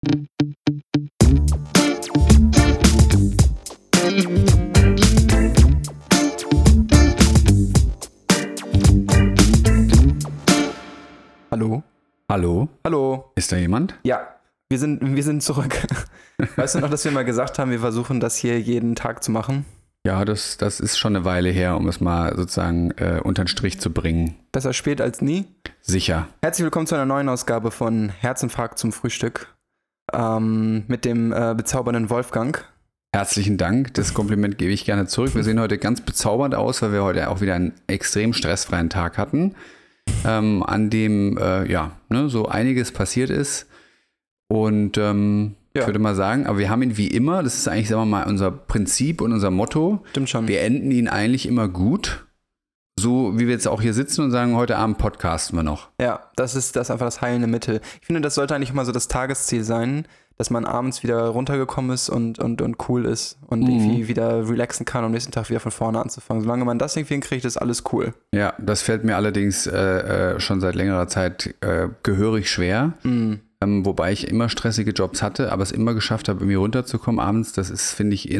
Hallo? Hallo? Hallo? Ist da jemand? Ja, wir sind zurück. Weißt du noch, dass wir mal gesagt haben, wir versuchen das hier jeden Tag zu machen? Ja, das ist schon eine Weile her, um es mal sozusagen unter den Strich zu bringen. Besser spät als nie. Sicher. Herzlich willkommen zu einer neuen Ausgabe von Herzinfarkt zum Frühstück mit dem bezaubernden Wolfgang. Herzlichen Dank, das Kompliment gebe ich gerne zurück. Wir sehen heute ganz bezaubernd aus, weil wir heute auch wieder einen extrem stressfreien Tag hatten, an dem so einiges passiert ist. Und ich würde mal sagen, aber wir haben ihn wie immer, das ist eigentlich, sagen wir mal, unser Prinzip und unser Motto. Stimmt schon. Wir enden ihn eigentlich immer gut, so wie wir jetzt auch hier sitzen und sagen, heute Abend podcasten wir noch. Ja, das ist einfach das heilende Mittel. Ich finde, das sollte eigentlich immer so das Tagesziel sein, dass man abends wieder runtergekommen ist und cool ist und irgendwie wieder relaxen kann, um am nächsten Tag wieder von vorne anzufangen. Solange man das irgendwie hinkriegt, ist alles cool. Ja, das fällt mir allerdings schon seit längerer Zeit gehörig schwer. Wobei ich immer stressige Jobs hatte, aber es immer geschafft habe, irgendwie runterzukommen abends. Das ist, finde ich,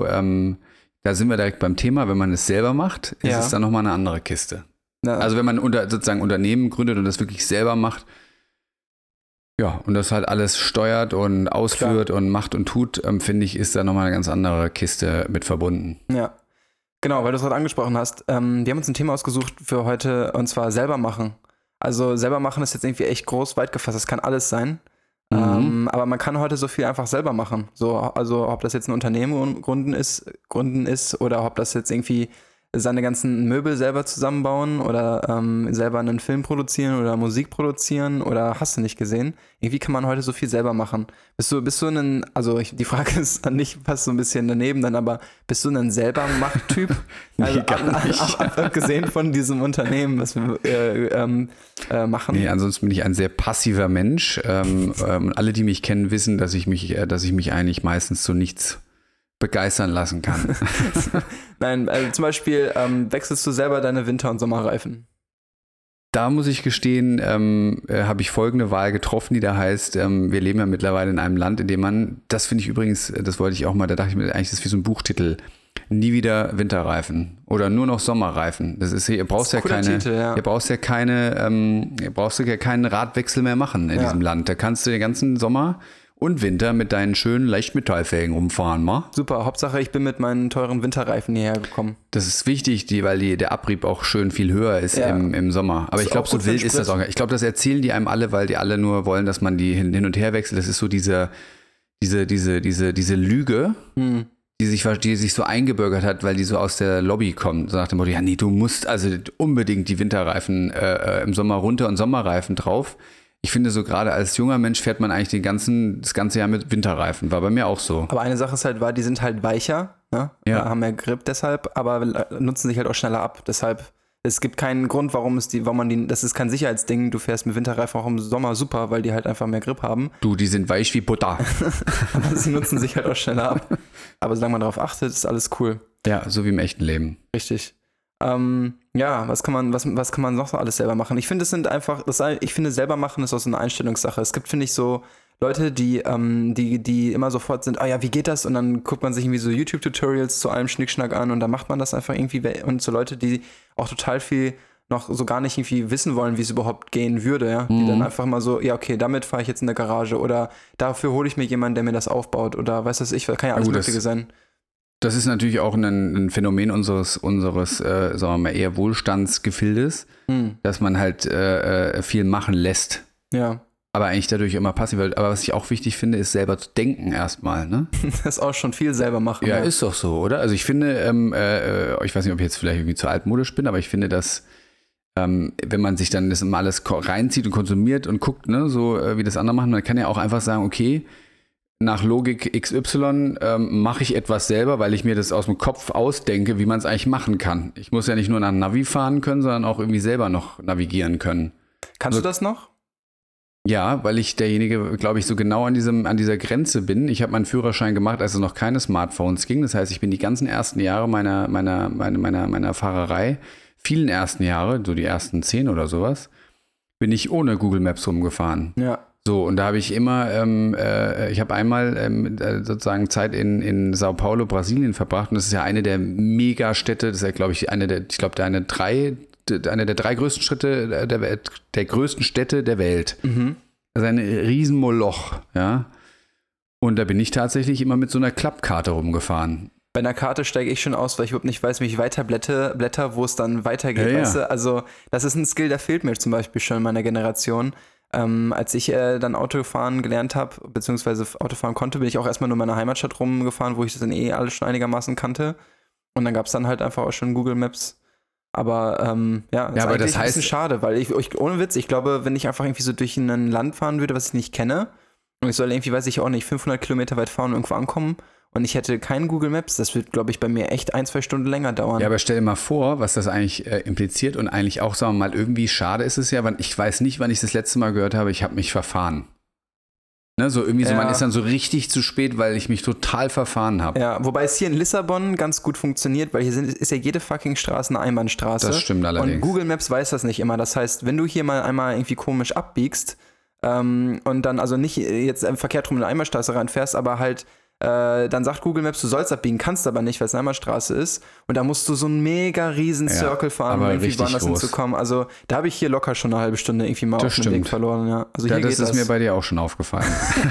da sind wir direkt beim Thema. Wenn man es selber macht, ist es dann nochmal eine andere Kiste. Ja. Also wenn man sozusagen Unternehmen gründet und das wirklich selber macht, ja, und das halt alles steuert und ausführt und macht und tut, finde ich, ist da nochmal eine ganz andere Kiste mit verbunden. Ja, genau, weil du es gerade angesprochen hast. Wir haben uns ein Thema ausgesucht für heute, und zwar selber machen. Also selber machen ist jetzt irgendwie echt groß, weit gefasst, das kann alles sein. Aber man kann heute so viel einfach selber machen. So, also ob das jetzt ein Unternehmen gründen ist oder ob das jetzt irgendwie seine ganzen Möbel selber zusammenbauen oder selber einen Film produzieren oder Musik produzieren oder hast du nicht gesehen. Irgendwie kann man heute so viel selber machen. Bist du die Frage ist dann nicht, passt so ein bisschen daneben dann, aber bist du ein selber Macht-Typ? Nee, gar nicht. Abgesehen von diesem Unternehmen, was wir machen. Nee, ansonsten bin ich ein sehr passiver Mensch. Alle, die mich kennen, wissen, dass ich mich eigentlich meistens zu nichts begeistern lassen kann. Nein, zum Beispiel wechselst du selber deine Winter- und Sommerreifen? Da muss ich gestehen, habe ich folgende Wahl getroffen, die da heißt, wir leben ja mittlerweile in einem Land, in dem man, das finde ich übrigens, das wollte ich auch mal, da dachte ich mir eigentlich, das ist wie so ein Buchtitel, nie wieder Winterreifen oder nur noch Sommerreifen. Das ist, ihr brauchst ja keinen Radwechsel mehr machen in diesem Land. Da kannst du den ganzen Sommer und Winter mit deinen schönen Leichtmetallfelgen rumfahren, ma? Super, Hauptsache ich bin mit meinen teuren Winterreifen hierher gekommen. Das ist wichtig, weil der Abrieb auch schön viel höher ist im Sommer. Aber ich glaube, so wild ist das auch. Ich glaube, das erzählen die einem alle, weil die alle nur wollen, dass man die hin und her wechselt. Das ist so diese Lüge, die sich so eingebürgert hat, weil die so aus der Lobby kommt. So nach dem Motto, ja nee, du musst also unbedingt die Winterreifen im Sommer runter und Sommerreifen drauf. Ich finde, so gerade als junger Mensch fährt man eigentlich das ganze Jahr mit Winterreifen. War bei mir auch so. Aber eine Sache ist halt, die sind halt weicher, ne? Ja. Haben mehr Grip deshalb, aber nutzen sich halt auch schneller ab. Deshalb, es gibt keinen Grund, warum das ist kein Sicherheitsding. Du fährst mit Winterreifen auch im Sommer super, weil die halt einfach mehr Grip haben. Du, die sind weich wie Butter. Aber sie nutzen sich halt auch schneller ab. Aber solange man darauf achtet, ist alles cool. Ja, so wie im echten Leben. Richtig. Was kann man noch so alles selber machen? Ich finde, selber machen ist auch so eine Einstellungssache. Es gibt, finde ich, so Leute, die immer sofort sind, wie geht das? Und dann guckt man sich irgendwie so YouTube-Tutorials zu allem Schnickschnack an und dann macht man das einfach irgendwie. Und so Leute, die auch total viel noch so gar nicht irgendwie wissen wollen, wie es überhaupt gehen würde, ja. Die dann einfach mal so, damit fahre ich jetzt in der Garage oder dafür hole ich mir jemanden, der mir das aufbaut oder weiß das ich, kann ja alles Mögliche sein. Das ist natürlich auch ein Phänomen unseres sagen wir mal, eher Wohlstandsgefildes, dass man halt viel machen lässt. Ja. Aber eigentlich dadurch immer passiv wird. Aber was ich auch wichtig finde, ist selber zu denken erstmal, ne? Das ist auch schon viel selber machen. Ja, ist doch so, oder? Also ich finde, ich weiß nicht, ob ich jetzt vielleicht irgendwie zu altmodisch bin, aber ich finde, dass wenn man sich dann das immer alles reinzieht und konsumiert und guckt, ne, so wie das andere machen, man kann ja auch einfach sagen, okay, nach Logik XY mache ich etwas selber, weil ich mir das aus dem Kopf ausdenke, wie man es eigentlich machen kann. Ich muss ja nicht nur nach Navi fahren können, sondern auch irgendwie selber noch navigieren können. Kannst du das noch? Ja, weil ich derjenige, glaube ich, so genau an dieser Grenze bin. Ich habe meinen Führerschein gemacht, als es noch keine Smartphones ging. Das heißt, ich bin die ganzen ersten Jahre meiner Fahrerei, vielen ersten Jahre, so die ersten 10 oder sowas, bin ich ohne Google Maps rumgefahren. Ja. So, und da habe ich immer, ich habe einmal sozusagen Zeit in Sao Paulo, Brasilien verbracht. Und das ist ja eine der Megastädte, das ist ja, glaube ich, eine der drei größten Städte der größten Städte der Welt. Mhm. Das ist ein Riesenmoloch, ja. Und da bin ich tatsächlich immer mit so einer Klappkarte rumgefahren. Bei einer Karte steige ich schon aus, weil ich überhaupt nicht weiß, wie ich weiter blätter, wo es dann weitergeht. Ja, weißt ja. du? Also das ist ein Skill, der fehlt mir zum Beispiel schon in meiner Generation. Als ich dann Autofahren gelernt habe, beziehungsweise Autofahren konnte, bin ich auch erstmal nur in meiner Heimatstadt rumgefahren, wo ich das dann alles schon einigermaßen kannte. Und dann gab es dann halt einfach auch schon Google Maps. Aber ist aber das ein bisschen schade, weil ohne Witz, ich glaube, wenn ich einfach irgendwie so durch ein Land fahren würde, was ich nicht kenne, und ich soll irgendwie, weiß ich auch nicht, 500 Kilometer weit fahren und irgendwo ankommen, und ich hätte keinen Google Maps, das wird, glaube ich, bei mir echt 1-2 Stunden länger dauern. Ja, aber stell dir mal vor, was das eigentlich impliziert und eigentlich auch, sagen wir mal, irgendwie schade ist es ja, weil ich weiß nicht, wann ich das letzte Mal gehört habe, ich habe mich verfahren. Ne, so irgendwie so, man ist dann so richtig zu spät, weil ich mich total verfahren habe. Ja, wobei es hier in Lissabon ganz gut funktioniert, weil hier ist ja jede fucking Straße eine Einbahnstraße. Das stimmt allerdings. Und Google Maps weiß das nicht immer. Das heißt, wenn du hier mal einmal irgendwie komisch abbiegst und dann also nicht jetzt verkehrt rum in eine Einbahnstraße reinfährst, aber halt dann sagt Google Maps, du sollst abbiegen, kannst aber nicht, weil es eine Einbahnstraße ist. Und da musst du so einen mega riesen Circle fahren, um irgendwie woanders hinzukommen. Also da habe ich hier locker schon eine halbe Stunde irgendwie mal auf den Weg verloren. Ja, also hier das ist mir bei dir auch schon aufgefallen.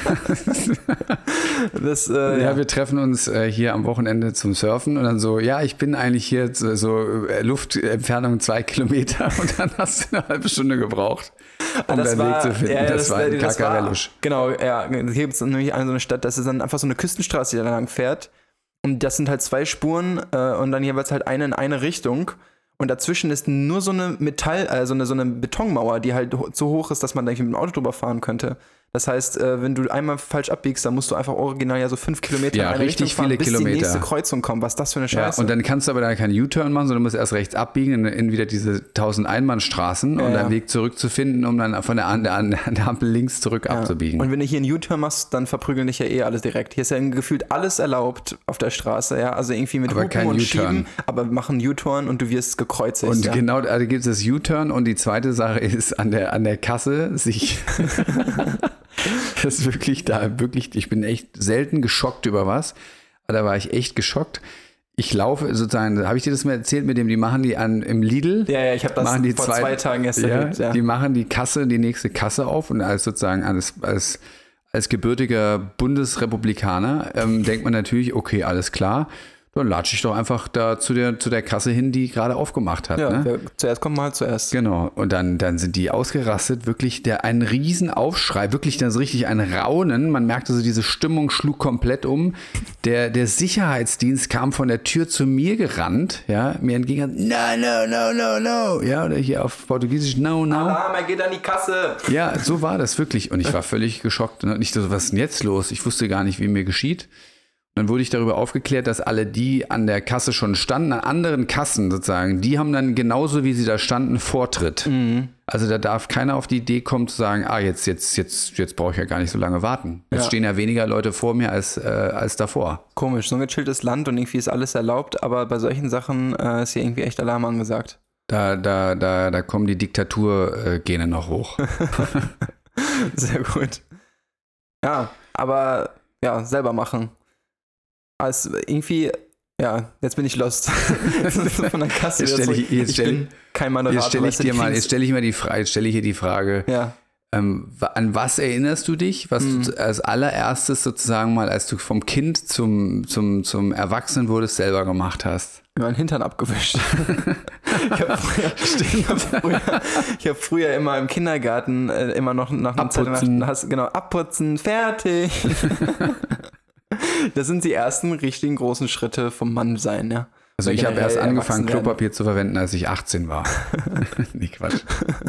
Wir treffen uns hier am Wochenende zum Surfen und dann so, ja, ich bin eigentlich hier so Luftentfernung 2 Kilometer und dann hast du eine halbe Stunde gebraucht, um deinen Weg zu finden. Das war ein Kakarellisch. Genau, ja, hier gibt es nämlich so eine Stadt, das ist dann einfach so eine Küstenstraße, die da lang fährt. Und das sind halt 2 Spuren und dann jeweils halt eine in eine Richtung. Und dazwischen ist nur so eine so eine Betonmauer, die halt so hoch ist, dass man da mit dem Auto drüber fahren könnte. Das heißt, wenn du einmal falsch abbiegst, dann musst du einfach original so 5 Kilometer in eine Richtung fahren, bis die nächste Kreuzung kommt. Was ist das für eine Scheiße? Ja, und dann kannst du aber da keinen U-Turn machen, sondern du musst erst rechts abbiegen in wieder diese 1000 Einbahnstraßen und deinen Weg zurückzufinden, um dann von der Ampel links zurück abzubiegen. Und wenn du hier einen U-Turn machst, dann verprügeln dich ja alles direkt. Hier ist ja gefühlt alles erlaubt auf der Straße, ja, also irgendwie mit Hupen und Schieben, aber machen U-Turn und du wirst gekreuzigt. Und genau, also gibt es das U-Turn und die zweite Sache ist an der Kasse sich... Das ist wirklich, ich bin echt selten geschockt über was, aber da war ich echt geschockt. Ich laufe sozusagen, habe ich dir das mal erzählt, die machen die im Lidl? Ja, ich habe das vor 2 Tagen erst erlebt. Ja. Die machen die nächste Kasse auf und als sozusagen als gebürtiger Bundesrepublikaner denkt man natürlich, okay, alles klar, dann latsche ich doch einfach da zu der Kasse hin, die gerade aufgemacht hat. Ja, ne? Zuerst kommt man halt zuerst. Genau, und dann sind die ausgerastet, wirklich ein Riesen-Aufschrei, wirklich dann so richtig ein Raunen, man merkte so, diese Stimmung schlug komplett um. Der Sicherheitsdienst kam von der Tür zu mir gerannt, ja, mir entgegen, no, ja, oder hier auf Portugiesisch, no. Alarm, er geht an die Kasse. Ja, so war das wirklich und ich war völlig geschockt und ich so, was ist denn jetzt los? Ich wusste gar nicht, wie mir geschieht. Dann wurde ich darüber aufgeklärt, dass alle, die an der Kasse schon standen, an anderen Kassen sozusagen, die haben dann genauso, wie sie da standen, Vortritt. Mhm. Also da darf keiner auf die Idee kommen zu sagen, jetzt brauche ich ja gar nicht so lange warten. Jetzt stehen ja weniger Leute vor mir als davor. Komisch, so ein gechilltes Land und irgendwie ist alles erlaubt, aber bei solchen Sachen ist hier irgendwie echt Alarm angesagt. Da kommen die Diktaturgene noch hoch. Sehr gut. Ja, aber ja, selber machen. Also irgendwie, ja, jetzt bin ich lost. Von der Kasse. Ich bin kein Moderator. Jetzt stelle ich hier die Frage, ja. An was erinnerst du dich, was du als allererstes sozusagen mal, als du vom Kind zum Erwachsenen wurdest, selber gemacht hast? Meinen Hintern abgewischt. Ich habe früher immer im Kindergarten immer noch nach einer Zeit abputzen, fertig. Das sind die ersten richtigen großen Schritte vom Mannsein, ja. Also ich habe erst angefangen, Klopapier zu verwenden, als ich 18 war. Nee, Quatsch.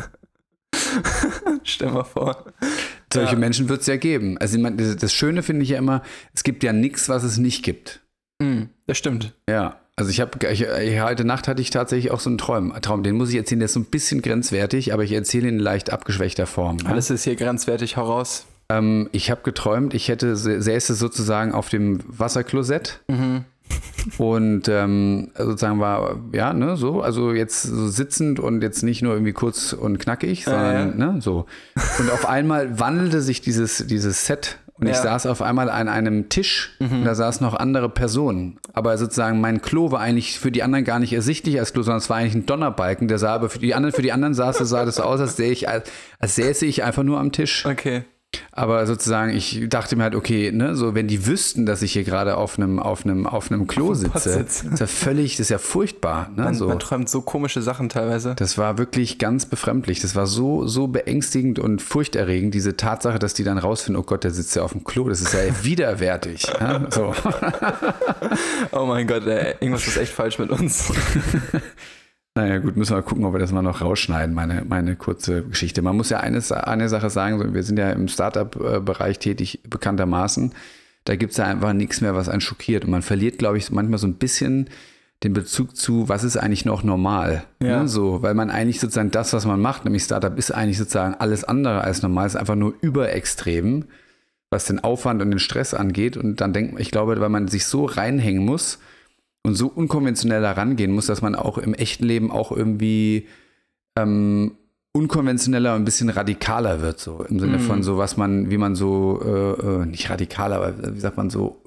Stell mal vor. Solche Menschen wird es ja geben. Also das Schöne finde ich ja immer, es gibt ja nichts, was es nicht gibt. Das stimmt. Ja, also heute Nacht hatte ich tatsächlich auch so einen Traum, den muss ich erzählen, der ist so ein bisschen grenzwertig, aber ich erzähle ihn in leicht abgeschwächter Form. Alles ist hier grenzwertig, hau raus. Ich habe geträumt, ich säße sozusagen auf dem Wasserklosett Und sozusagen war, ja, ne, so, also jetzt so sitzend und jetzt nicht nur irgendwie kurz und knackig, sondern ne, so. Und auf einmal wandelte sich dieses Set und ich saß auf einmal an einem Tisch und da saßen noch andere Personen. Aber sozusagen mein Klo war eigentlich für die anderen gar nicht ersichtlich als Klo, sondern es war eigentlich ein Donnerbalken, der sah aber für die anderen sah das so aus, als säße ich einfach nur am Tisch. Okay. Aber sozusagen, ich dachte mir halt, okay, ne, so wenn die wüssten, dass ich hier gerade auf einem Klo sitze, das ist ja furchtbar. Ne, man träumt so komische Sachen teilweise. Das war wirklich ganz befremdlich. Das war so beängstigend und furchterregend, diese Tatsache, dass die dann rausfinden, oh Gott, der sitzt ja auf dem Klo, das ist ja widerwärtig. Ja, so. Oh mein Gott, ey, irgendwas ist echt falsch mit uns. Naja gut, müssen wir gucken, ob wir das mal noch rausschneiden, meine kurze Geschichte. Man muss ja eine Sache sagen, wir sind ja im Startup-Bereich tätig, bekanntermaßen. Da gibt es ja einfach nichts mehr, was einen schockiert. Und man verliert, glaube ich, manchmal so ein bisschen den Bezug zu, was ist eigentlich noch normal. Ja. Ne? So, weil man eigentlich sozusagen das, was man macht, nämlich Startup, ist eigentlich sozusagen alles andere als normal, ist einfach nur überextrem, was den Aufwand und den Stress angeht. Und dann ich glaube, weil man sich so reinhängen muss, und so unkonventionell herangehen muss, dass man auch im echten Leben auch irgendwie unkonventioneller und ein bisschen radikaler wird, so im Sinne von so, wie man so, nicht radikaler, aber wie sagt man so,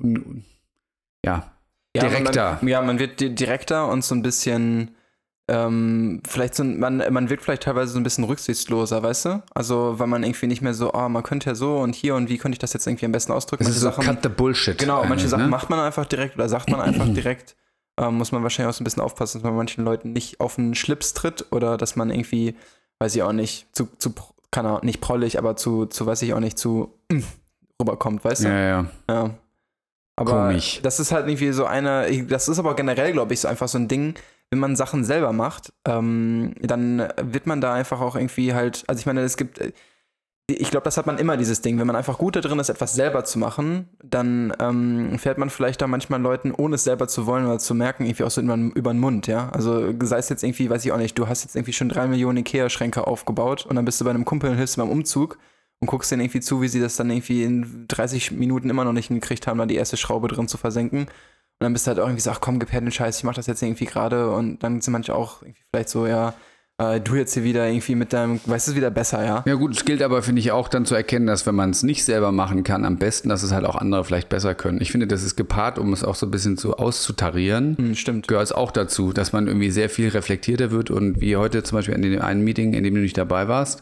direkter. Man wird direkter und so ein bisschen, vielleicht so, man wirkt vielleicht teilweise so ein bisschen rücksichtsloser, weißt du? Also, weil man irgendwie nicht mehr so, man könnte ja so und hier und wie könnte ich das jetzt irgendwie am besten ausdrücken? Das ist so cut the bullshit. Genau, manche Sachen macht man einfach direkt oder sagt man einfach direkt. Muss man wahrscheinlich auch so ein bisschen aufpassen, dass man manchen Leuten nicht auf den Schlips tritt oder dass man irgendwie, weiß ich auch nicht, kann auch nicht prollig, aber zu weiß ich auch nicht, zu rüberkommt, weißt du? Ja. Aber komisch. Das ist halt irgendwie so das ist aber generell, glaube ich, so einfach so ein Ding, wenn man Sachen selber macht, dann wird man da einfach auch irgendwie halt, also ich meine, ich glaube, das hat man immer, dieses Ding. Wenn man einfach gut da drin ist, etwas selber zu machen, dann fährt man vielleicht da manchmal Leuten, ohne es selber zu wollen oder zu merken, irgendwie auch so über den Mund, ja. Also sei es jetzt irgendwie, weiß ich auch nicht, du hast jetzt irgendwie schon 3 Millionen Ikea-Schränke aufgebaut und dann bist du bei einem Kumpel und hilfst beim Umzug und guckst denen irgendwie zu, wie sie das dann irgendwie in 30 Minuten immer noch nicht hingekriegt haben, da die erste Schraube drin zu versenken. Und dann bist du halt auch irgendwie so, ach komm, gib her den Scheiß, ich mach das jetzt irgendwie gerade und dann sind manche auch irgendwie vielleicht so, ja, du jetzt hier wieder irgendwie mit deinem, weißt du, wieder besser, ja? Ja gut, es gilt aber, finde ich, auch dann zu erkennen, dass wenn man es nicht selber machen kann, am besten, dass es halt auch andere vielleicht besser können. Ich finde, das ist gepaart, um es auch so ein bisschen so auszutarieren. Stimmt. Gehört es auch dazu, dass man irgendwie sehr viel reflektierter wird und wie heute zum Beispiel in dem einen Meeting, in dem du nicht dabei warst.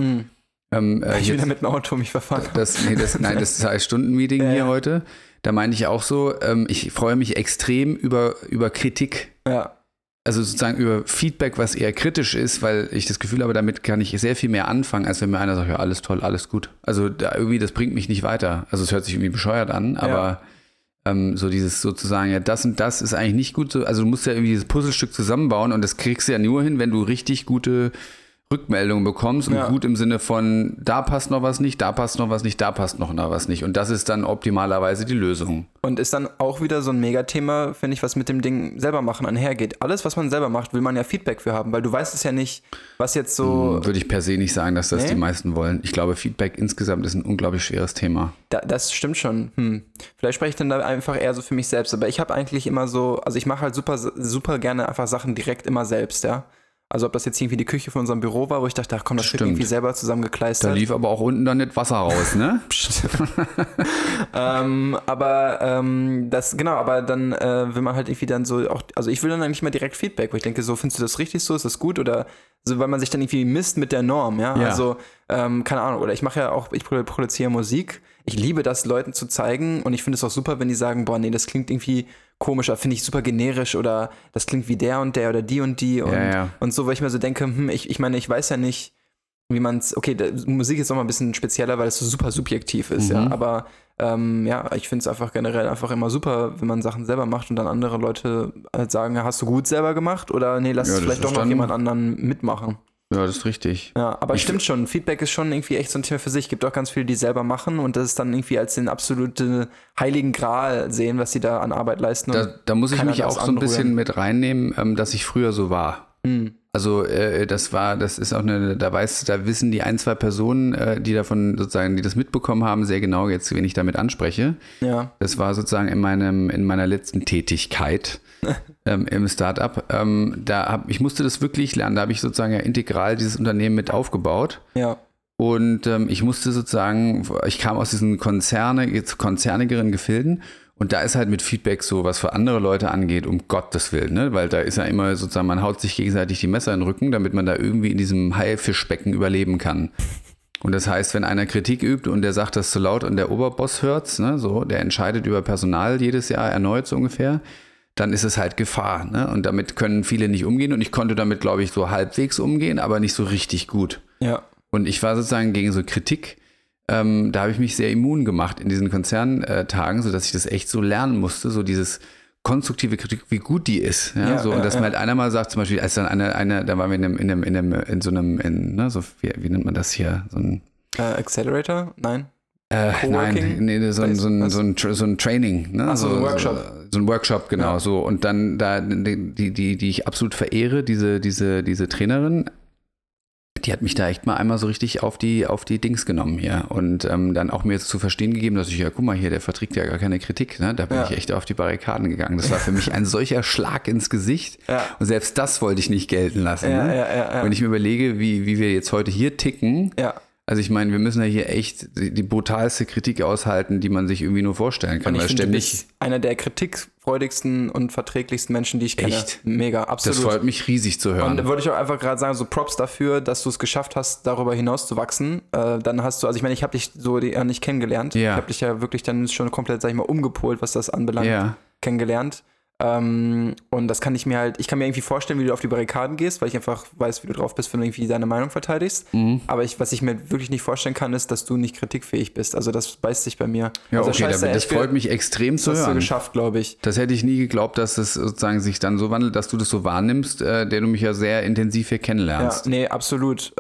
Ich wieder mit dem Auto mich verfahren. Das 2-Stunden-Meeting hier heute. Da meine ich auch so, ich freue mich extrem über Kritik. Ja. Also sozusagen über Feedback, was eher kritisch ist, weil ich das Gefühl habe, damit kann ich sehr viel mehr anfangen, als wenn mir einer sagt, ja, alles toll, alles gut. Also irgendwie, das bringt mich nicht weiter. Also es hört sich irgendwie bescheuert an, aber so dieses sozusagen, ja, das und das ist eigentlich nicht gut so. Also du musst ja irgendwie dieses Puzzlestück zusammenbauen und das kriegst du ja nur hin, wenn du richtig gute Rückmeldungen bekommst und gut im Sinne von, da passt noch was nicht, da passt noch was nicht, da passt noch was nicht. Und das ist dann optimalerweise die Lösung. Und ist dann auch wieder so ein Megathema, finde ich, was mit dem Ding selber machen einhergeht. Alles, was man selber macht, will man ja Feedback für haben, weil du weißt es ja nicht, was jetzt so... Würde ich per se nicht sagen, dass das die meisten wollen. Ich glaube, Feedback insgesamt ist ein unglaublich schweres Thema. Das stimmt schon. Vielleicht spreche ich dann da einfach eher so für mich selbst. Aber ich habe eigentlich immer so, also ich mache halt super, super gerne einfach Sachen direkt immer selbst, ja. Also ob das jetzt irgendwie die Küche von unserem Büro war, wo ich dachte, ach komm, das wird irgendwie selber zusammengekleistert. Da lief aber auch unten dann nicht Wasser raus, ne? aber dann will man halt irgendwie dann so auch, also ich will dann eigentlich mal direkt Feedback, wo ich denke, so, findest du das richtig so, ist das gut oder so, weil man sich dann irgendwie misst mit der Norm, ja? Also, keine Ahnung, oder ich produziere Musik, ich liebe das, Leuten zu zeigen und ich finde es auch super, wenn die sagen, boah, nee, das klingt irgendwie komisch, finde ich super generisch oder das klingt wie der und der oder die und die und so, weil ich mir so denke, ich meine, ich weiß ja nicht, wie man es, okay, Musik ist auch mal ein bisschen spezieller, weil es so super subjektiv ist, ja, aber ich finde es einfach generell einfach immer super, wenn man Sachen selber macht und dann andere Leute halt sagen, hast du gut selber gemacht oder nee, lass es vielleicht doch noch jemand anderen mitmachen. Ja, das ist richtig. Ja, aber stimmt schon, Feedback ist schon irgendwie echt so ein Thema für sich. Es gibt auch ganz viele, die selber machen und das ist dann irgendwie als den absoluten heiligen Gral sehen, was sie da an Arbeit leisten. Da muss ich mich auch so ein bisschen mit reinnehmen, dass ich früher so war. Also das ist auch da wissen die 1, 2 Personen, die davon sozusagen, die das mitbekommen haben, sehr genau jetzt, wen ich damit anspreche. Ja. Das war sozusagen in meiner letzten Tätigkeit im Startup. Ich musste das wirklich lernen. Da habe ich sozusagen ja integral dieses Unternehmen mit aufgebaut. Ja. Und ich musste sozusagen, ich kam aus diesen konzernigeren Gefilden. Und da ist halt mit Feedback so, was für andere Leute angeht, um Gottes Willen, ne? Weil da ist ja immer sozusagen, man haut sich gegenseitig die Messer in den Rücken, damit man da irgendwie in diesem Haifischbecken überleben kann. Und das heißt, wenn einer Kritik übt und der sagt das zu laut und der Oberboss hört's, ne, so, der entscheidet über Personal jedes Jahr erneut so ungefähr, dann ist es halt Gefahr, ne? Und damit können viele nicht umgehen und ich konnte damit, glaube ich, so halbwegs umgehen, aber nicht so richtig gut. Ja. Und ich war sozusagen gegen so Kritik, da habe ich mich sehr immun gemacht in diesen Konzerntagen, sodass ich das echt so lernen musste, so dieses konstruktive Kritik, wie gut die ist. Ja, so, und dass mir halt einer mal sagt, zum Beispiel, als dann da waren wir wie nennt man das hier? So ein Accelerator? Nein. Nein, so ein Training. Ne? Ach so, ein Workshop. So ein Workshop, genau. Ja. So. Und dann da die ich absolut verehre, diese Trainerin, die hat mich da echt mal einmal so richtig auf die Dings genommen hier und dann auch mir jetzt zu verstehen gegeben, dass ich, ja, guck mal hier, der verträgt ja gar keine Kritik, ne? Da bin ich echt auf die Barrikaden gegangen. Das war für mich ein solcher Schlag ins Gesicht und selbst das wollte ich nicht gelten lassen. Wenn ich mir überlege, wie wir jetzt heute hier ticken, also ich meine, wir müssen ja hier echt die brutalste Kritik aushalten, die man sich irgendwie nur vorstellen kann. Und ich finde, du bist einer der kritikfreudigsten und verträglichsten Menschen, die ich kenne. Echt? Mega, absolut. Das freut mich riesig zu hören. Und da würde ich auch einfach gerade sagen, so Props dafür, dass du es geschafft hast, darüber hinaus zu wachsen. Dann hast du, also ich meine, ich habe dich so nicht kennengelernt. Ich habe dich ja wirklich dann schon komplett, sag ich mal, umgepolt, was das anbelangt, kennengelernt. Und das kann ich mir irgendwie vorstellen, wie du auf die Barrikaden gehst, weil ich einfach weiß, wie du drauf bist, wenn du irgendwie deine Meinung verteidigst. Aber was ich mir wirklich nicht vorstellen kann, ist, dass du nicht kritikfähig bist. Also das beißt sich bei mir. Ja, also okay, das freut mich extrem zu hören. Das hast du geschafft, glaube ich. Das hätte ich nie geglaubt, dass es sozusagen sich dann so wandelt, dass du das so wahrnimmst, der du mich ja sehr intensiv hier kennenlernst. Ja, nee, absolut.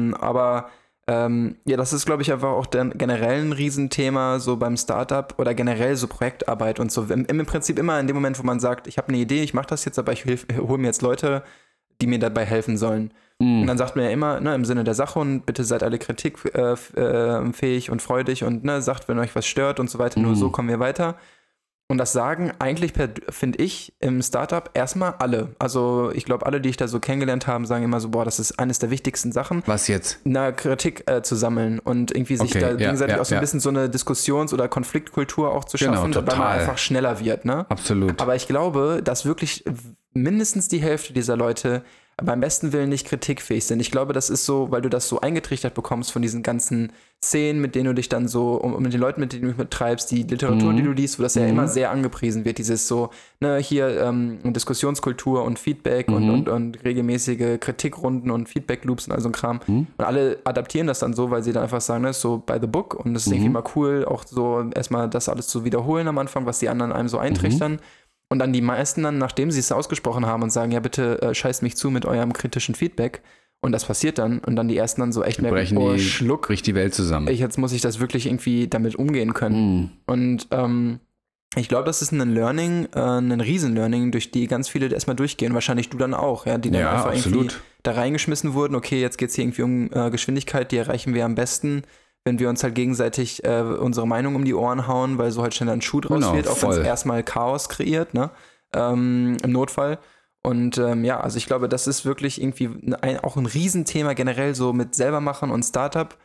Das ist, glaube ich, einfach auch generell ein Riesenthema so beim Startup oder generell so Projektarbeit und so. Im Prinzip immer in dem Moment, wo man sagt, ich habe eine Idee, ich mache das jetzt, aber ich hole mir jetzt Leute, die mir dabei helfen sollen. Und dann sagt man ja immer, ne, im Sinne der Sache und bitte seid alle kritikfähig und freudig und ne, sagt, wenn euch was stört und so weiter, nur so kommen wir weiter. Und das sagen eigentlich, finde ich, im Startup erstmal alle. Also ich glaube, alle, die ich da so kennengelernt habe, sagen immer so, boah, das ist eines der wichtigsten Sachen. Was jetzt? Kritik zu sammeln und irgendwie sich da gegenseitig auch so ein bisschen so eine Diskussions- oder Konfliktkultur auch zu schaffen, weil man einfach schneller wird. Ne? Absolut. Aber ich glaube, dass wirklich mindestens die Hälfte dieser Leute beim besten Willen nicht kritikfähig sind. Ich glaube, das ist so, weil du das so eingetrichtert bekommst von diesen ganzen Szenen, mit denen du dich dann so, und mit den Leuten, mit denen du dich mittreibst, die Literatur, die du liest, wo das ja immer sehr angepriesen wird, dieses so, ne, hier Diskussionskultur und Feedback und regelmäßige Kritikrunden und Feedback-Loops und all so ein Kram. Und alle adaptieren das dann so, weil sie dann einfach sagen, ne, ist so by the book und es ist irgendwie mal cool, auch so erstmal das alles zu wiederholen am Anfang, was die anderen einem so eintrichtern. Und dann die meisten dann, nachdem sie es ausgesprochen haben und sagen, ja bitte scheißt mich zu mit eurem kritischen Feedback. Und das passiert dann. Und dann die ersten dann so echt merken, oh Schluck. Bricht die Welt zusammen. Jetzt muss ich das wirklich irgendwie damit umgehen können. Und ich glaube, das ist ein Learning, ein Riesen-Learning, durch die ganz viele erstmal durchgehen. Wahrscheinlich du dann auch, ja, die dann einfach irgendwie da reingeschmissen wurden. Okay, jetzt geht es hier irgendwie um Geschwindigkeit, die erreichen wir am besten, wenn wir uns halt gegenseitig unsere Meinung um die Ohren hauen, weil so halt schnell ein Schuh draus wird, auch wenn es erstmal Chaos kreiert, ne? Im Notfall. Und also ich glaube, das ist wirklich irgendwie auch ein Riesenthema generell so mit selber machen und Startup.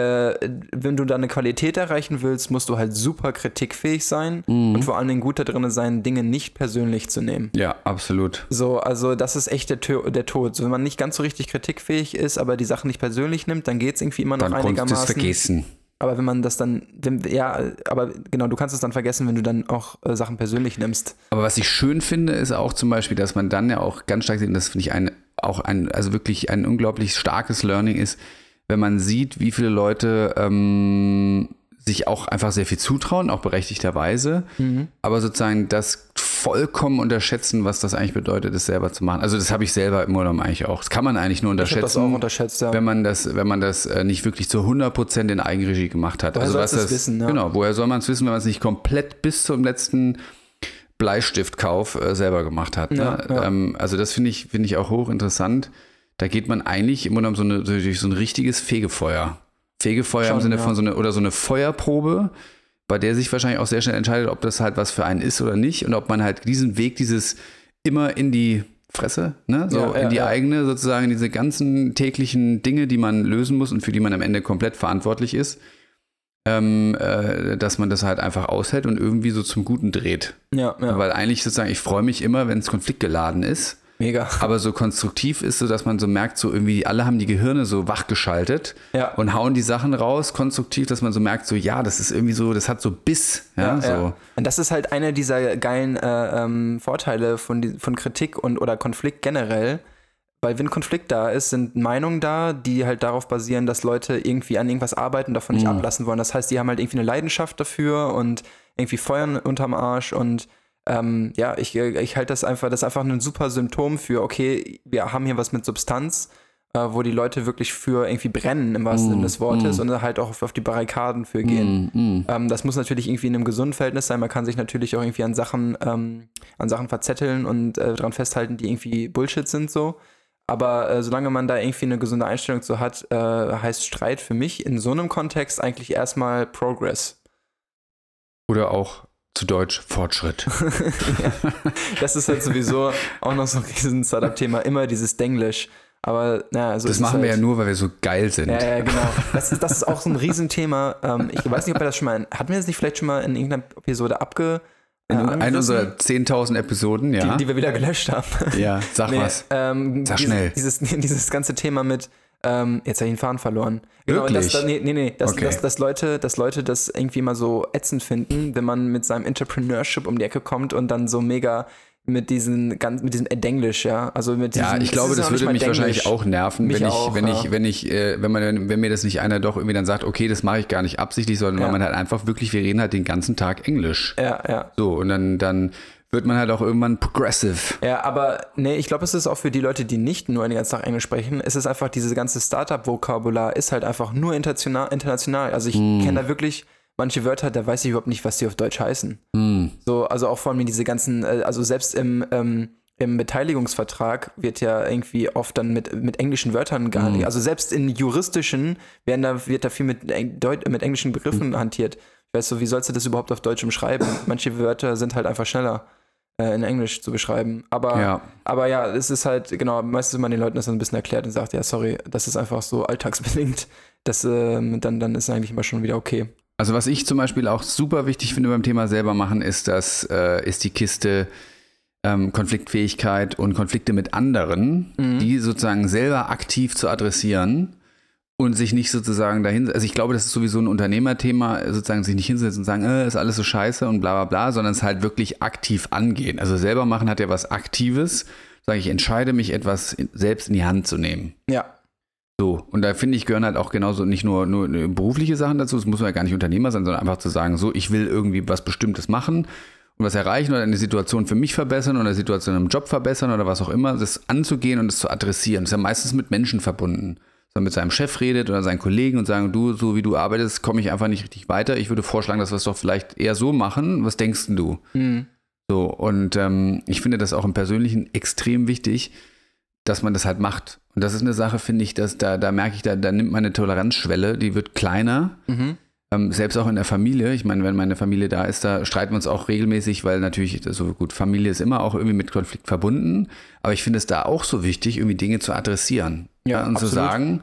Wenn du da eine Qualität erreichen willst, musst du halt super kritikfähig sein und vor allen Dingen gut da drin sein, Dinge nicht persönlich zu nehmen. Ja, absolut. So, also das ist echt der Tod. So, wenn man nicht ganz so richtig kritikfähig ist, aber die Sachen nicht persönlich nimmt, dann geht es irgendwie immer noch einigermaßen. Dann kannst du es vergessen. Aber wenn man das dann, aber genau, du kannst es dann vergessen, wenn du dann auch Sachen persönlich nimmst. Aber was ich schön finde, ist auch zum Beispiel, dass man dann ja auch ganz stark sieht, und das finde ich also wirklich ein unglaublich starkes Learning ist, wenn man sieht, wie viele Leute sich auch einfach sehr viel zutrauen, auch berechtigterweise, aber sozusagen das vollkommen unterschätzen, was das eigentlich bedeutet, das selber zu machen. Also das habe ich selber im Grunde eigentlich auch. Das kann man eigentlich nur unterschätzen. Ich habe das auch unterschätzt, ja. Wenn man das nicht wirklich zu 100% in Eigenregie gemacht hat. Woher soll man es wissen? Ja. Genau, woher soll man es wissen, wenn man es nicht komplett bis zum letzten Bleistiftkauf selber gemacht hat. Ne? Ja. Also das finde ich auch hochinteressant. Da geht man eigentlich immer noch durch so ein richtiges Fegefeuer. Fegefeuer im Sinne von so eine Feuerprobe, bei der sich wahrscheinlich auch sehr schnell entscheidet, ob das halt was für einen ist oder nicht und ob man halt diesen Weg, dieses immer in die Fresse, ne? In die eigene, sozusagen diese ganzen täglichen Dinge, die man lösen muss und für die man am Ende komplett verantwortlich ist, dass man das halt einfach aushält und irgendwie so zum Guten dreht. Ja. Weil eigentlich sozusagen, ich freue mich immer, wenn es konfliktgeladen ist. Mega. Aber so konstruktiv ist so, dass man so merkt, so irgendwie alle haben die Gehirne so wachgeschaltet und hauen die Sachen raus, konstruktiv, dass man so merkt, so ja, das ist irgendwie so, das hat so Biss. Ja, so. Ja. Und das ist halt einer dieser geilen Vorteile von Kritik oder Konflikt generell, weil wenn Konflikt da ist, sind Meinungen da, die halt darauf basieren, dass Leute irgendwie an irgendwas arbeiten und davon nicht ablassen wollen. Das heißt, die haben halt irgendwie eine Leidenschaft dafür und irgendwie Feuer unterm Arsch und ich halte das ist einfach ein super Symptom für, okay, wir haben hier was mit Substanz, wo die Leute wirklich für irgendwie brennen, im wahrsten Sinne des Wortes, und halt auch auf die Barrikaden für gehen. Das muss natürlich irgendwie in einem gesunden Verhältnis sein. Man kann sich natürlich auch irgendwie an Sachen verzetteln und dran festhalten, die irgendwie Bullshit sind so. Aber solange man da irgendwie eine gesunde Einstellung zu hat, heißt Streit für mich in so einem Kontext eigentlich erstmal Progress. Oder auch zu Deutsch Fortschritt. Ja, das ist halt sowieso auch noch so ein riesen Startup-Thema, immer dieses Denglisch. Aber naja, so das machen wir ja nur, weil wir so geil sind. Ja, genau. Das ist auch so ein Riesenthema. Ich weiß nicht, ob wir das schon mal, hatten wir das nicht vielleicht schon mal in irgendeiner Episode in einer unserer 10.000 Episoden, ja. Die wir wieder gelöscht haben. Ja, sag was. Sag schnell. Dieses ganze Thema mit jetzt habe ich den Faden verloren. Genau, wirklich? Dass Leute das irgendwie mal so ätzend finden, wenn man mit seinem Entrepreneurship um die Ecke kommt und dann so mega mit diesem Denglisch, ja. Also mit diesem, ich glaube, das würde mich wahrscheinlich auch nerven, wenn mir das nicht einer doch irgendwie dann sagt, okay, das mache ich gar nicht absichtlich, sondern weil man halt einfach wirklich, wir reden halt den ganzen Tag Englisch. Ja. So, und dann wird man halt auch irgendwann progressive. Ja, aber ich glaube, es ist auch für die Leute, die nicht nur den ganzen Tag Englisch sprechen, es ist einfach, dieses ganze Startup-Vokabular ist halt einfach nur international. Also ich kenne da wirklich manche Wörter, da weiß ich überhaupt nicht, was die auf Deutsch heißen. So, also auch vor allem diese ganzen, also selbst im Beteiligungsvertrag wird ja irgendwie oft dann mit englischen Wörtern gar nicht, also selbst in juristischen wird da viel mit englischen Begriffen hantiert. Ich weiß so, wie sollst du das überhaupt auf Deutsch umschreiben? Manche Wörter sind halt einfach schneller in Englisch zu beschreiben. Aber es ist halt, genau, meistens, wenn man den Leuten das dann ein bisschen erklärt und sagt, ja, sorry, das ist einfach so alltagsbedingt, dann ist eigentlich immer schon wieder okay. Also was ich zum Beispiel auch super wichtig finde beim Thema selber machen, ist die Kiste Konfliktfähigkeit und Konflikte mit anderen, die sozusagen selber aktiv zu adressieren und sich nicht sozusagen dahin, also ich glaube, das ist sowieso ein Unternehmerthema, sozusagen sich nicht hinsetzen und sagen, ist alles so scheiße und bla bla bla, sondern es halt wirklich aktiv angehen. Also selber machen hat ja was Aktives, sage ich, entscheide mich, etwas selbst in die Hand zu nehmen. Ja. So, und da finde ich, gehören halt auch genauso nicht nur berufliche Sachen dazu, es muss man ja gar nicht Unternehmer sein, sondern einfach zu sagen, so, ich will irgendwie was Bestimmtes machen und was erreichen oder eine Situation für mich verbessern oder eine Situation im Job verbessern oder was auch immer, das anzugehen und das zu adressieren. Das ist ja meistens mit Menschen verbunden. Dass man mit seinem Chef redet oder seinen Kollegen und sagen, du, so wie du arbeitest, komme ich einfach nicht richtig weiter. Ich würde vorschlagen, dass wir es doch vielleicht eher so machen. Was denkst denn du? So, und ich finde das auch im Persönlichen extrem wichtig, dass man das halt macht. Und das ist eine Sache, finde ich, dass da merke ich, da nimmt meine Toleranzschwelle, die wird kleiner. Selbst auch in der Familie. Ich meine, wenn meine Familie da ist, da streiten wir uns auch regelmäßig, weil natürlich, so gut, Familie ist immer auch irgendwie mit Konflikt verbunden. Aber ich finde es da auch so wichtig, irgendwie Dinge zu adressieren. Ja, und absolut. Zu sagen,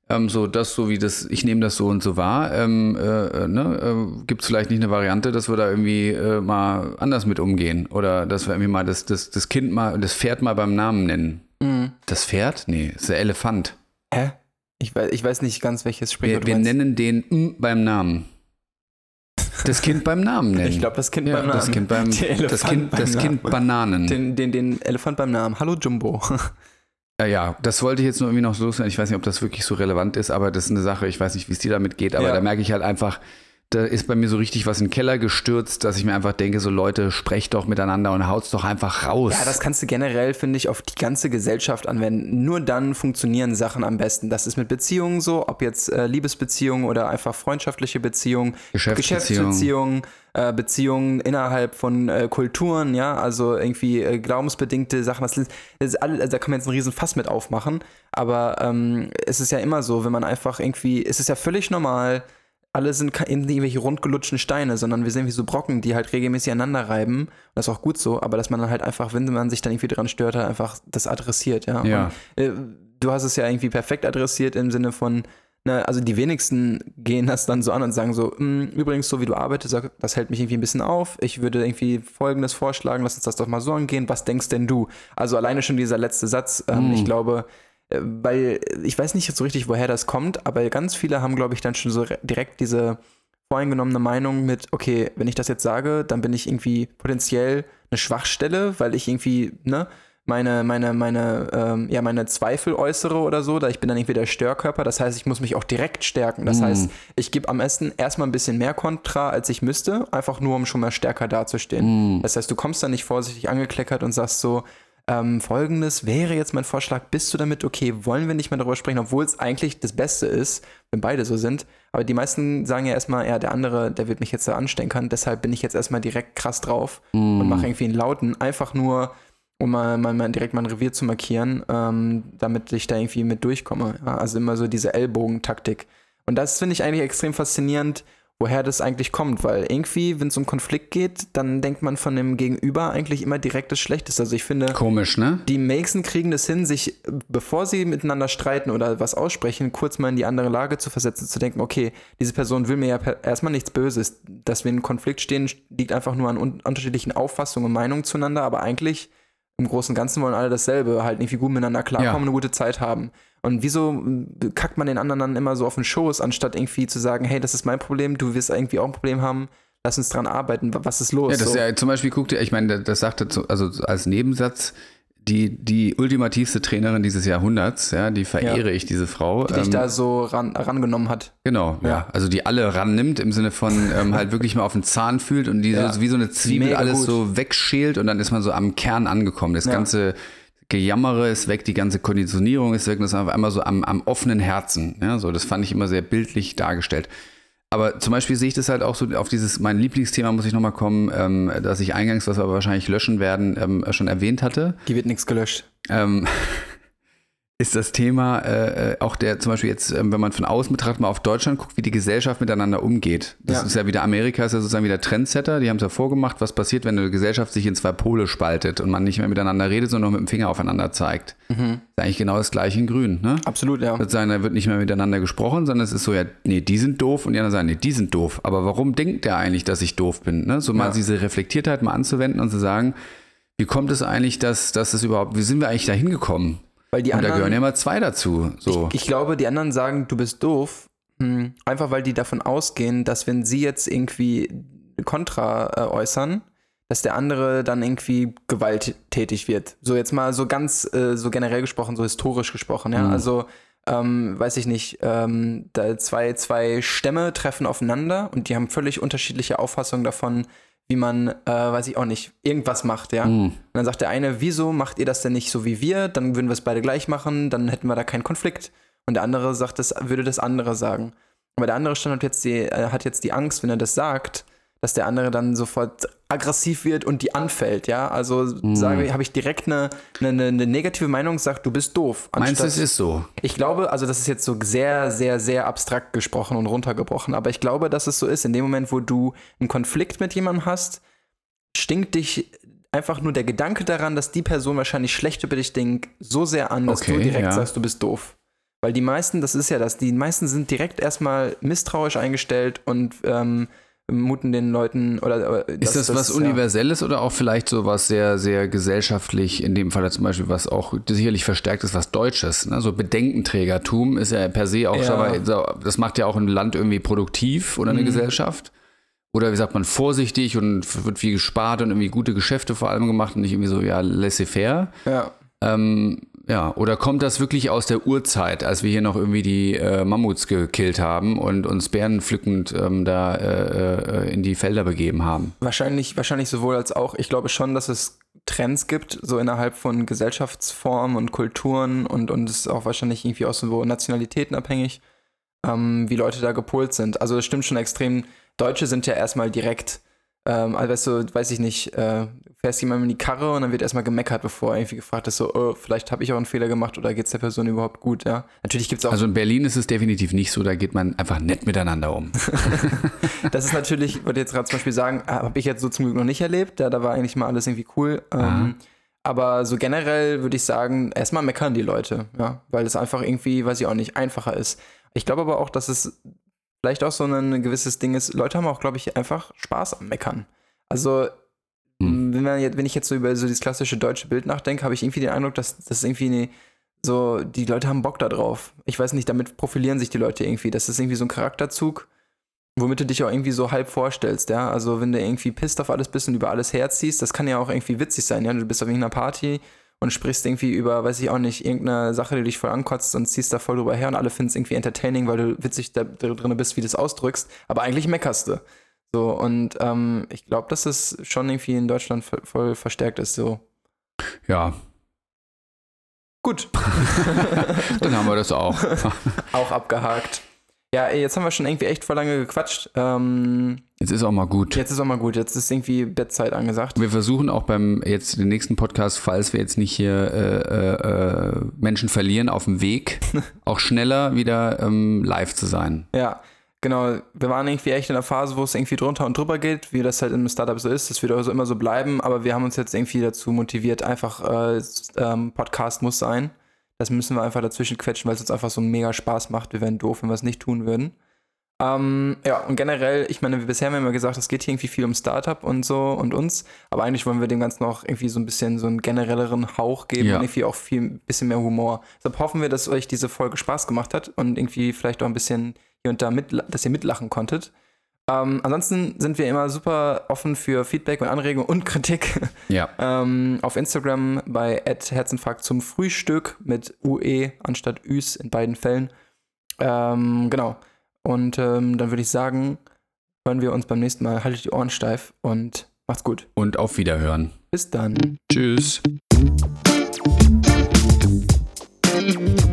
ich nehme das so und so wahr, gibt es vielleicht nicht eine Variante, dass wir da irgendwie mal anders mit umgehen oder dass wir irgendwie mal das Pferd mal beim Namen nennen. Das Pferd? Nee, ist der Elefant. Hä? Ich weiß nicht ganz, welches Sprichwort wir nennen den beim Namen. Das Kind beim Namen nennen. Ich glaube, das Kind beim Namen. Das Kind Bananen. Den Elefant beim Namen. Hallo Jumbo. Ja, das wollte ich jetzt nur irgendwie noch loswerden. Ich weiß nicht, ob das wirklich so relevant ist, aber das ist eine Sache, ich weiß nicht, wie es dir damit geht, aber da merke ich halt einfach, da ist bei mir so richtig was in den Keller gestürzt, dass ich mir einfach denke, so Leute, sprecht doch miteinander und haut's doch einfach raus. Ja, das kannst du generell, finde ich, auf die ganze Gesellschaft anwenden. Nur dann funktionieren Sachen am besten. Das ist mit Beziehungen so, ob jetzt Liebesbeziehungen oder einfach freundschaftliche Beziehungen, Geschäftsbeziehungen, Beziehungen innerhalb von Kulturen, ja, also irgendwie glaubensbedingte Sachen. Das ist alles, also da kann man jetzt einen riesen Fass mit aufmachen, aber es ist ja immer so, wenn man einfach irgendwie, es ist ja völlig normal, alle sind eben irgendwelche rundgelutschten Steine, sondern wir sind wie so Brocken, die halt regelmäßig aneinander reiben. Das ist auch gut so, aber dass man dann halt einfach, wenn man sich dann irgendwie dran stört, halt einfach das adressiert, ja. Und, du hast es ja irgendwie perfekt adressiert im Sinne von, also die wenigsten gehen das dann so an und sagen so, übrigens, so wie du arbeitest, das hält mich irgendwie ein bisschen auf. Ich würde irgendwie Folgendes vorschlagen, lass uns das doch mal so angehen. Was denkst denn du? Also alleine schon dieser letzte Satz, ich glaube, weil ich weiß nicht so richtig, woher das kommt, aber ganz viele haben, glaube ich, dann schon so direkt diese voreingenommene Meinung mit, okay, wenn ich das jetzt sage, dann bin ich irgendwie potenziell eine Schwachstelle, weil ich irgendwie, meine Zweifel äußere oder so, da ich bin dann irgendwie der Störkörper, das heißt, ich muss mich auch direkt stärken. Das heißt, ich gebe am besten erstmal ein bisschen mehr Kontra, als ich müsste, einfach nur, um schon mal stärker dazustehen. Das heißt, du kommst dann nicht vorsichtig angekleckert und sagst so, Folgendes wäre jetzt mein Vorschlag, bist du damit okay, wollen wir nicht mehr darüber sprechen, obwohl es eigentlich das Beste ist, wenn beide so sind, aber die meisten sagen ja erstmal, ja, der andere, der wird mich jetzt da ansteckern, deshalb bin ich jetzt erstmal direkt krass drauf und mache irgendwie einen Lauten, einfach nur, um mal direkt mein Revier zu markieren, damit ich da irgendwie mit durchkomme. Ja, also immer so diese Ellbogentaktik. Und das finde ich eigentlich extrem faszinierend, woher das eigentlich kommt, weil irgendwie, wenn es um Konflikt geht, dann denkt man von dem Gegenüber eigentlich immer direkt das Schlechteste. Also ich finde, komisch, ne? Die Mäxen kriegen das hin, sich, bevor sie miteinander streiten oder was aussprechen, kurz mal in die andere Lage zu versetzen, zu denken, okay, diese Person will mir ja erstmal nichts Böses. Dass wir in Konflikt stehen, liegt einfach nur an unterschiedlichen Auffassungen und Meinungen zueinander, aber eigentlich im Großen und Ganzen wollen alle dasselbe, halt irgendwie gut miteinander klarkommen und eine gute Zeit haben. Und wieso kackt man den anderen dann immer so auf den Schoß, anstatt irgendwie zu sagen, hey, das ist mein Problem, du wirst irgendwie auch ein Problem haben, lass uns dran arbeiten, was ist los? Ja, das ist ja zum Beispiel, guck dir, ich meine, das sagte also als Nebensatz, die ultimativste Trainerin dieses Jahrhunderts, ja, die verehre ich, diese Frau. Die dich da so rangenommen hat. Genau, ja. Also die alle rannimmt, im Sinne von halt wirklich mal auf den Zahn fühlt und die so wie so eine Zwiebel mega alles gut so wegschält und dann ist man so am Kern angekommen. Das ganze Gejammere ist weg, die ganze Konditionierung ist weg und das ist einfach einmal so am offenen Herzen. Ja, so, das fand ich immer sehr bildlich dargestellt. Aber zum Beispiel sehe ich das halt auch so auf mein Lieblingsthema muss ich nochmal kommen, das ich eingangs, was wir aber wahrscheinlich löschen werden, schon erwähnt hatte. Die wird nichts gelöscht. Ist das Thema auch zum Beispiel jetzt, wenn man von außen betrachtet, mal auf Deutschland guckt, wie die Gesellschaft miteinander umgeht. Das ist ja wieder, Amerika ist ja sozusagen wieder Trendsetter, die haben es ja vorgemacht, was passiert, wenn eine Gesellschaft sich in zwei Pole spaltet und man nicht mehr miteinander redet, sondern noch mit dem Finger aufeinander zeigt. Das ist eigentlich genau das Gleiche in Grün, ne? Absolut, ja. Sozusagen, da wird nicht mehr miteinander gesprochen, sondern es ist so, ja, nee, die sind doof und die anderen sagen, nee, die sind doof. Aber warum denkt der eigentlich, dass ich doof bin? Ne? So mal diese Reflektiertheit mal anzuwenden und zu sagen, wie kommt es eigentlich, dass es überhaupt, wie sind wir eigentlich da hingekommen? Weil die und anderen, da gehören ja immer zwei dazu. So. Ich glaube, die anderen sagen, du bist doof, einfach weil die davon ausgehen, dass wenn sie jetzt irgendwie Kontra äußern, dass der andere dann irgendwie gewalttätig wird. So jetzt mal so ganz so generell gesprochen, so historisch gesprochen. Ja? Also weiß ich nicht, da zwei Stämme treffen aufeinander und die haben völlig unterschiedliche Auffassungen davon, wie man, weiß ich auch nicht, irgendwas macht, ja. Und dann sagt der eine, wieso macht ihr das denn nicht so wie wir? Dann würden wir es beide gleich machen, dann hätten wir da keinen Konflikt. Und der andere sagt, würde das andere sagen. Aber der andere hat jetzt die Angst, wenn er das sagt, dass der andere dann sofort aggressiv wird und die anfällt, ja. Also habe ich direkt eine negative Meinung, sagt, du bist doof. Meinst du, es ist so? Ich glaube, also das ist jetzt so sehr, sehr, sehr abstrakt gesprochen und runtergebrochen, aber ich glaube, dass es so ist. In dem Moment, wo du einen Konflikt mit jemandem hast, stinkt dich einfach nur der Gedanke daran, dass die Person wahrscheinlich schlecht über dich denkt, so sehr an, dass du direkt sagst, du bist doof. Weil die meisten, das ist ja das, die meisten sind direkt erstmal misstrauisch eingestellt und muten den Leuten oder ist das was Universelles oder auch vielleicht so was sehr, sehr gesellschaftlich, in dem Fall zum Beispiel, was auch sicherlich verstärkt ist, was Deutsches, ne? So Bedenkenträgertum ist ja per se auch, das macht ja auch ein Land irgendwie produktiv oder eine Gesellschaft. Oder wie sagt man, vorsichtig und wird viel gespart und irgendwie gute Geschäfte vor allem gemacht und nicht irgendwie so, laissez-faire. Ja. Ja, oder kommt das wirklich aus der Urzeit, als wir hier noch irgendwie die Mammuts gekillt haben und uns bärenpflückend in die Felder begeben haben? Wahrscheinlich sowohl als auch. Ich glaube schon, dass es Trends gibt, so innerhalb von Gesellschaftsformen und Kulturen und es ist auch wahrscheinlich irgendwie aus so Nationalitäten abhängig, wie Leute da gepolt sind. Also das stimmt schon extrem. Deutsche sind ja erstmal direkt, also weiß ich nicht, fährst jemand in die Karre und dann wird erstmal gemeckert, bevor irgendwie gefragt ist, so, vielleicht habe ich auch einen Fehler gemacht oder geht es der Person überhaupt gut, ja. Natürlich gibt es auch... Also in Berlin ist es definitiv nicht so, da geht man einfach nett miteinander um. Das ist natürlich, ich würde jetzt gerade zum Beispiel sagen, habe ich jetzt so zum Glück noch nicht erlebt, da war eigentlich mal alles irgendwie cool. Aber so generell würde ich sagen, erstmal meckern die Leute, ja, weil es einfach irgendwie, weiß ich auch nicht, einfacher ist. Ich glaube aber auch, dass es vielleicht auch so ein gewisses Ding ist, Leute haben auch, glaube ich, einfach Spaß am Meckern. Also, wenn ich jetzt so über so dieses klassische deutsche Bild nachdenke, habe ich irgendwie den Eindruck, dass das irgendwie so, die Leute haben Bock da drauf. Ich weiß nicht, damit profilieren sich die Leute irgendwie. Das ist irgendwie so ein Charakterzug, womit du dich auch irgendwie so halb vorstellst, ja. Also, wenn du irgendwie pisst auf alles bist und über alles herziehst, das kann ja auch irgendwie witzig sein, ja. Du bist auf irgendeiner Party und sprichst irgendwie über, weiß ich auch nicht, irgendeine Sache, die dich voll ankotzt und ziehst da voll drüber her und alle finden es irgendwie entertaining, weil du witzig da drin bist, wie du es ausdrückst, aber eigentlich meckerst du. So, und ich glaube, dass es schon irgendwie in Deutschland voll verstärkt ist, so. Ja. Gut. Dann haben wir das auch. Auch abgehakt. Ja, jetzt haben wir schon irgendwie echt voll lange gequatscht. Jetzt ist auch mal gut. Jetzt ist irgendwie Bettzeit angesagt. Wir versuchen auch den nächsten Podcast, falls wir jetzt nicht hier Menschen verlieren auf dem Weg, auch schneller wieder live zu sein. Ja, genau. Wir waren irgendwie echt in der Phase, wo es irgendwie drunter und drüber geht, wie das halt im Startup so ist. Das wird also immer so bleiben, aber wir haben uns jetzt irgendwie dazu motiviert, einfach Podcast muss sein. Das müssen wir einfach dazwischen quetschen, weil es uns einfach so mega Spaß macht. Wir wären doof, wenn wir es nicht tun würden. Ja, und generell, ich meine, bisher haben wir immer gesagt, es geht hier irgendwie viel um Startup und so und uns, aber eigentlich wollen wir dem Ganzen noch irgendwie so ein bisschen so einen generelleren Hauch geben und irgendwie auch ein bisschen mehr Humor. Deshalb hoffen wir, dass euch diese Folge Spaß gemacht hat und irgendwie vielleicht auch ein bisschen hier und da dass ihr mitlachen konntet. Ansonsten sind wir immer super offen für Feedback und Anregungen und Kritik. Ja. Auf Instagram bei @Herzinfarkt zum Frühstück mit UE anstatt Üs in beiden Fällen. Genau. Und dann würde ich sagen, hören wir uns beim nächsten Mal. Haltet die Ohren steif und macht's gut. Und auf Wiederhören. Bis dann. Tschüss.